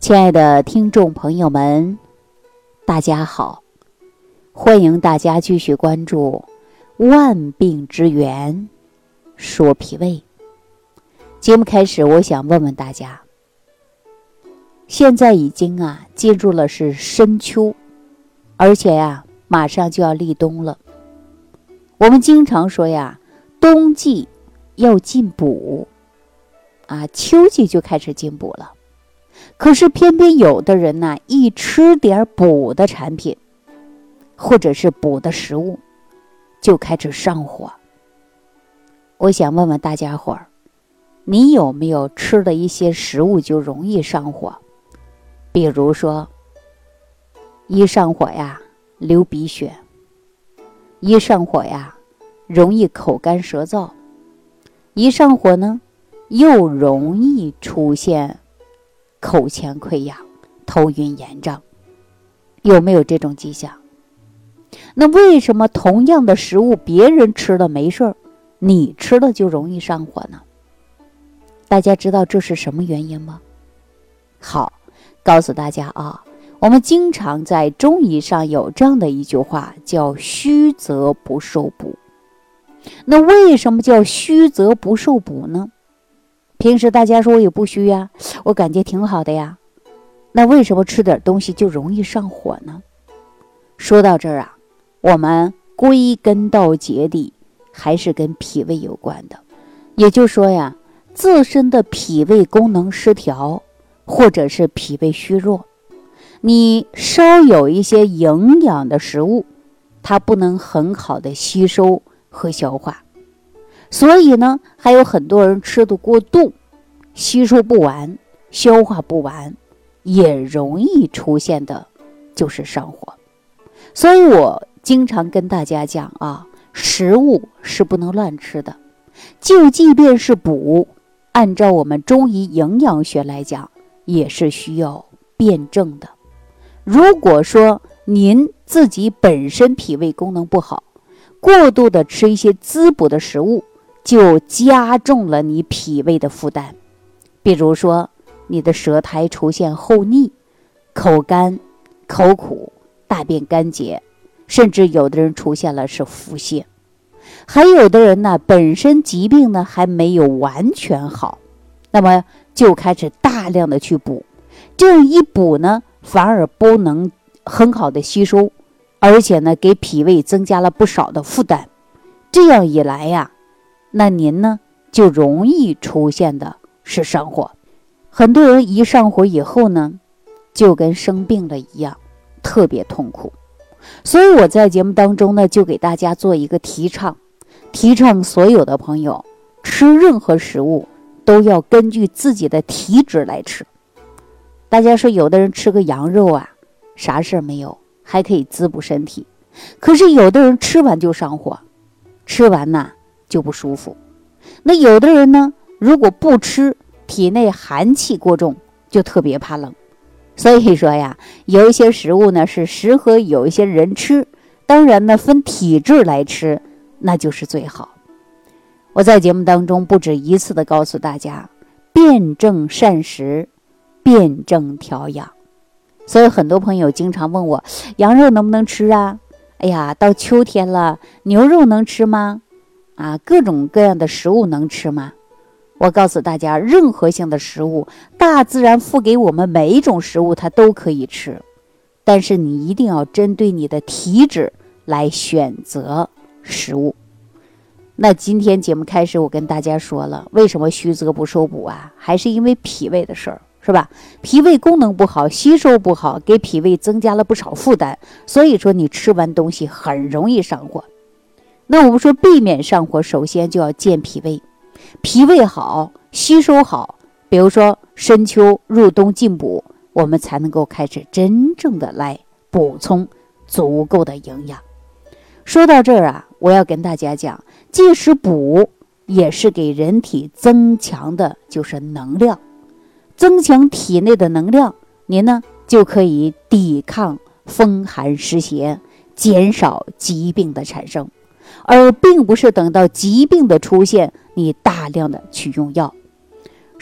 亲爱的听众朋友们，大家好，欢迎大家继续关注万病之源说脾胃。节目开始，我想问问大家，现在已经进入了是深秋，而且马上就要立冬了。我们经常说冬季要进补秋季就开始进补了。可是偏偏有的人一吃点补的产品或者是补的食物就开始上火。我想问问大家伙儿，你有没有吃的一些食物就容易上火？比如说一上火流鼻血，一上火容易口干舌燥，一上火呢又容易出现口腔溃疡、头晕眼胀，有没有这种迹象？那为什么同样的食物别人吃了没事，你吃了就容易上火呢？大家知道这是什么原因吗？好，告诉大家我们经常在中医上有这样的一句话，叫虚则不受补。那为什么叫虚则不受补呢？平时大家说我也不虚我感觉挺好的那为什么吃点东西就容易上火呢？说到这儿我们归根到结底还是跟脾胃有关的。也就是说自身的脾胃功能失调，或者是脾胃虚弱，你稍有一些营养的食物，它不能很好的吸收和消化，所以呢还有很多人吃得过度，吸收不完，消化不完，也容易出现的就是上火。所以我经常跟大家讲食物是不能乱吃的，就即便是补，按照我们中医营养学来讲，也是需要辩证的。如果说您自己本身脾胃功能不好，过度的吃一些滋补的食物，就加重了你脾胃的负担。比如说你的舌苔出现厚腻、口干、口苦、大便干结，甚至有的人出现了是腹泻，还有的人本身疾病还没有完全好，那么就开始大量的去补，这样一补反而不能很好的吸收，而且给脾胃增加了不少的负担。这样一来那您就容易出现的是上火。很多人一上火以后就跟生病了一样，特别痛苦。所以我在节目当中就给大家做一个提倡所有的朋友吃任何食物都要根据自己的体质来吃。大家说有的人吃个羊肉啥事没有，还可以滋补身体，可是有的人吃完就上火，吃完就不舒服。那有的人如果不吃，体内寒气过重，就特别怕冷。所以说有一些食物是适合有一些人吃，当然分体质来吃，那就是最好。我在节目当中不止一次的告诉大家，辩证膳食，辩证调养。所以很多朋友经常问我，羊肉能不能吃哎呀，到秋天了，牛肉能吃吗？各种各样的食物能吃吗？我告诉大家，任何性的食物，大自然赋给我们每一种食物它都可以吃，但是你一定要针对你的体质来选择食物。那今天节目开始，我跟大家说了，为什么虚则不受补还是因为脾胃的事儿，是吧？脾胃功能不好，吸收不好，给脾胃增加了不少负担，所以说你吃完东西很容易上火。那我们说避免上火，首先就要健脾胃，脾胃好，吸收好，比如说深秋入冬进补，我们才能够开始真正的来补充足够的营养。说到这儿我要跟大家讲，即使补也是给人体增强的就是能量，增强体内的能量，您就可以抵抗风寒湿邪，减少疾病的产生，而并不是等到疾病的出现你大量的去用药。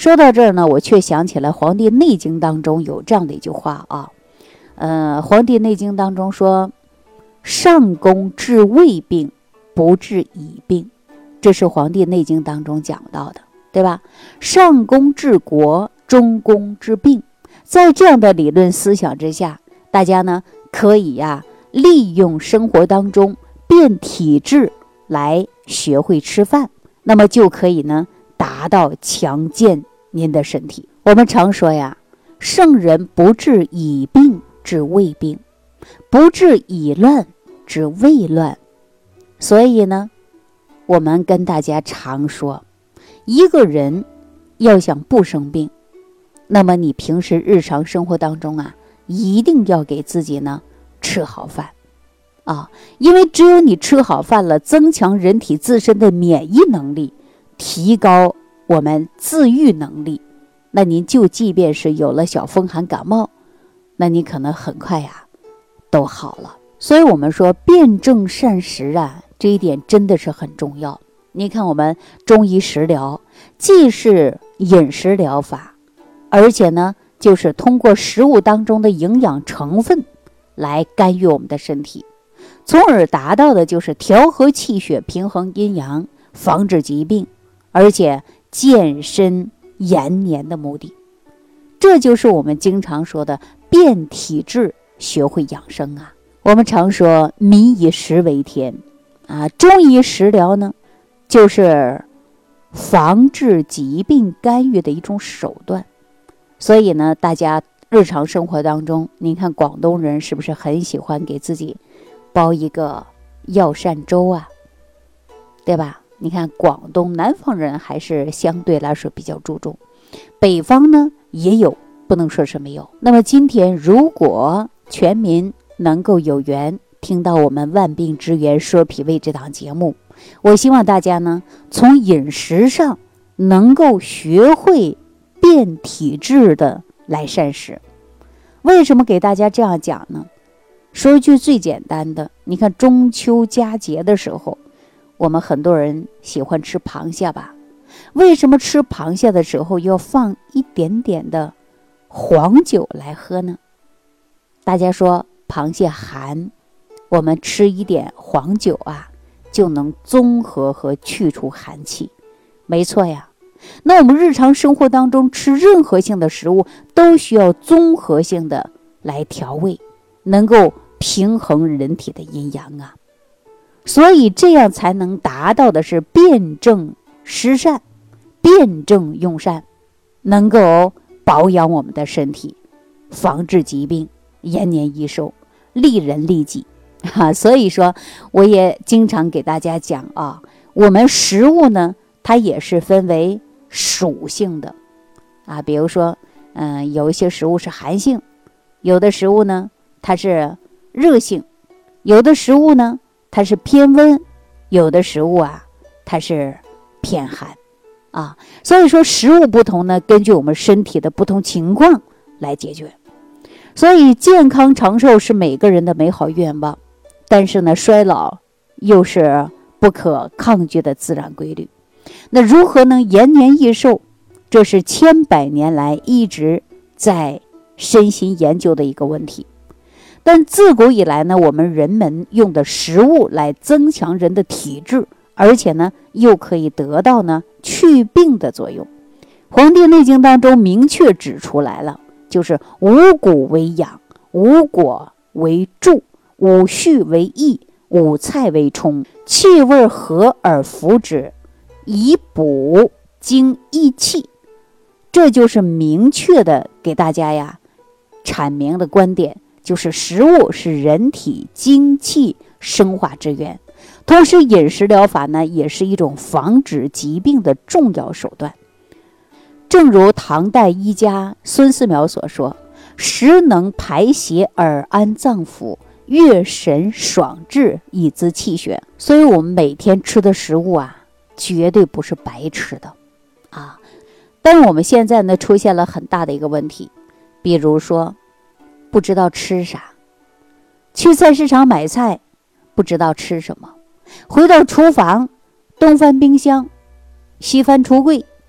说到这儿呢，我却想起来《黄帝内经》当中有这样的一句话啊，《黄帝内经》当中说，上攻治未病，不治已病，这是《黄帝内经》当中讲到的，对吧？上攻治国，中攻治病。在这样的理论思想之下，大家呢可以利用生活当中变体质来学会吃饭，那么就可以呢达到强健您的身体。我们常说圣人不治已病，治未病；不治已乱，治未乱。所以呢，我们跟大家常说，一个人要想不生病，那么你平时日常生活当中一定要给自己呢吃好饭因为只有你吃好饭了，增强人体自身的免疫能力，提高我们自愈能力，那您就即便是有了小风寒感冒，那你可能很快都好了。所以我们说辨证善食这一点真的是很重要。你看我们中医食疗既是饮食疗法，而且呢就是通过食物当中的营养成分来干预我们的身体，从而达到的就是调和气血，平衡阴阳，防止疾病，而且健身延年的目的。这就是我们经常说的变体质，学会养生我们常说民以食为天中医食疗呢就是防治疾病干预的一种手段。所以呢，大家日常生活当中，您看广东人是不是很喜欢给自己煲一个药膳粥对吧？你看广东南方人还是相对来说比较注重，北方呢也有，不能说是没有。那么今天如果全民能够有缘听到我们万病之源说脾胃这档节目，我希望大家呢从饮食上能够学会变体质的来膳食。为什么给大家这样讲呢？说一句最简单的，你看中秋佳节的时候，我们很多人喜欢吃螃蟹吧？为什么吃螃蟹的时候要放一点点的黄酒来喝呢？大家说螃蟹寒，我们吃一点黄酒就能综合和去除寒气。没错那我们日常生活当中吃任何性的食物都需要综合性的来调味，能够平衡人体的阴阳所以这样才能达到的是辨证施善，辨证用善，能够保养我们的身体，防治疾病，延年益寿，利人利己所以说我也经常给大家讲我们食物呢它也是分为属性的比如说有一些食物是寒性，有的食物呢它是热性，有的食物呢它是偏温，有的食物它是偏寒所以说食物不同呢，根据我们身体的不同情况来解决。所以健康长寿是每个人的美好愿望，但是呢衰老又是不可抗拒的自然规律。那如何能延年益寿，这是千百年来一直在身心研究的一个问题。但自古以来呢，我们人们用的食物来增强人的体质，而且呢又可以得到呢去病的作用。黄帝内经当中明确指出来了，就是五谷为养，五果为助，五畜为益，五菜为充，气味和而服之，以补精益气。这就是明确的给大家阐明的观点，就是食物是人体精气生化之源，同时饮食疗法呢也是一种防止疾病的重要手段。正如唐代医家孙思邈所说，食能排邪而安脏腑，悦神爽志，以滋气血。所以我们每天吃的食物绝对不是白吃的但是我们现在呢出现了很大的一个问题，比如说不知道吃啥，去菜市场买菜不知道吃什么，回到厨房东翻冰箱西翻橱柜，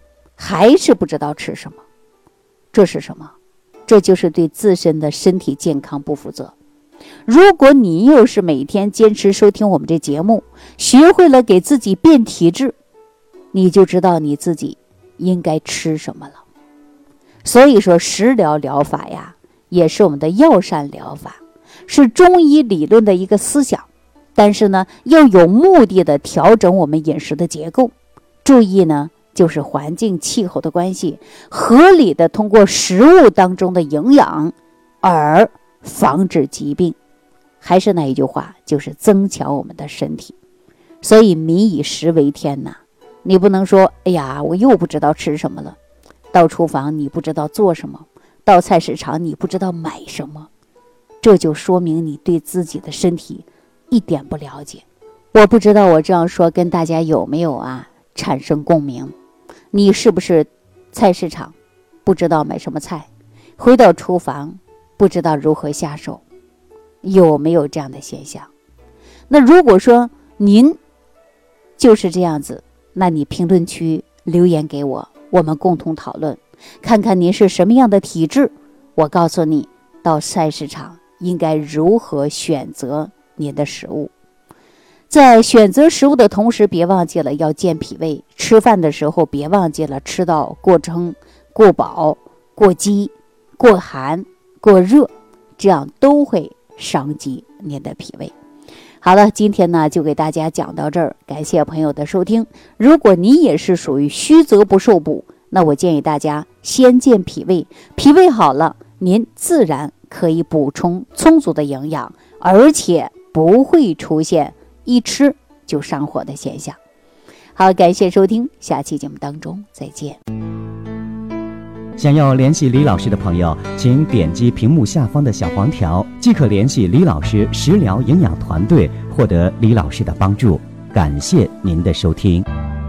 还是不知道吃什么，这是什么？这就是对自身的身体健康不负责。如果你又是每天坚持收听我们这节目，学会了给自己变体质，你就知道你自己应该吃什么了。所以说食疗疗法呀，也是我们的药膳疗法，是中医理论的一个思想，但是呢，要有目的的调整我们饮食的结构。注意呢，就是环境气候的关系，合理的通过食物当中的营养而防止疾病。还是那一句话，就是增强我们的身体。所以民以食为天呐，你不能说哎呀我又不知道吃什么了，到厨房你不知道做什么，到菜市场你不知道买什么，这就说明你对自己的身体一点不了解。我不知道我这样说跟大家有没有产生共鸣。你是不是菜市场不知道买什么菜，回到厨房不知道如何下手？有没有这样的现象？那如果说您就是这样子，那你评论区留言给我，我们共同讨论，看看您是什么样的体质，我告诉你到菜市场应该如何选择您的食物。在选择食物的同时，别忘记了要健脾胃，吃饭的时候别忘记了吃到过撑、过饱、过饥、过寒、过热，这样都会伤及您的脾胃。好了，今天呢就给大家讲到这儿，感谢朋友的收听。如果你也是属于虚则不受补，那我建议大家先健脾胃，脾胃好了，您自然可以补充充足的营养，而且不会出现一吃就上火的现象。好，感谢收听，下期节目当中再见。 想要联系李老师的朋友，请点击屏幕下方的小黄条，即可联系李老师食疗营养团队，获得李老师的帮助。感谢您的收听。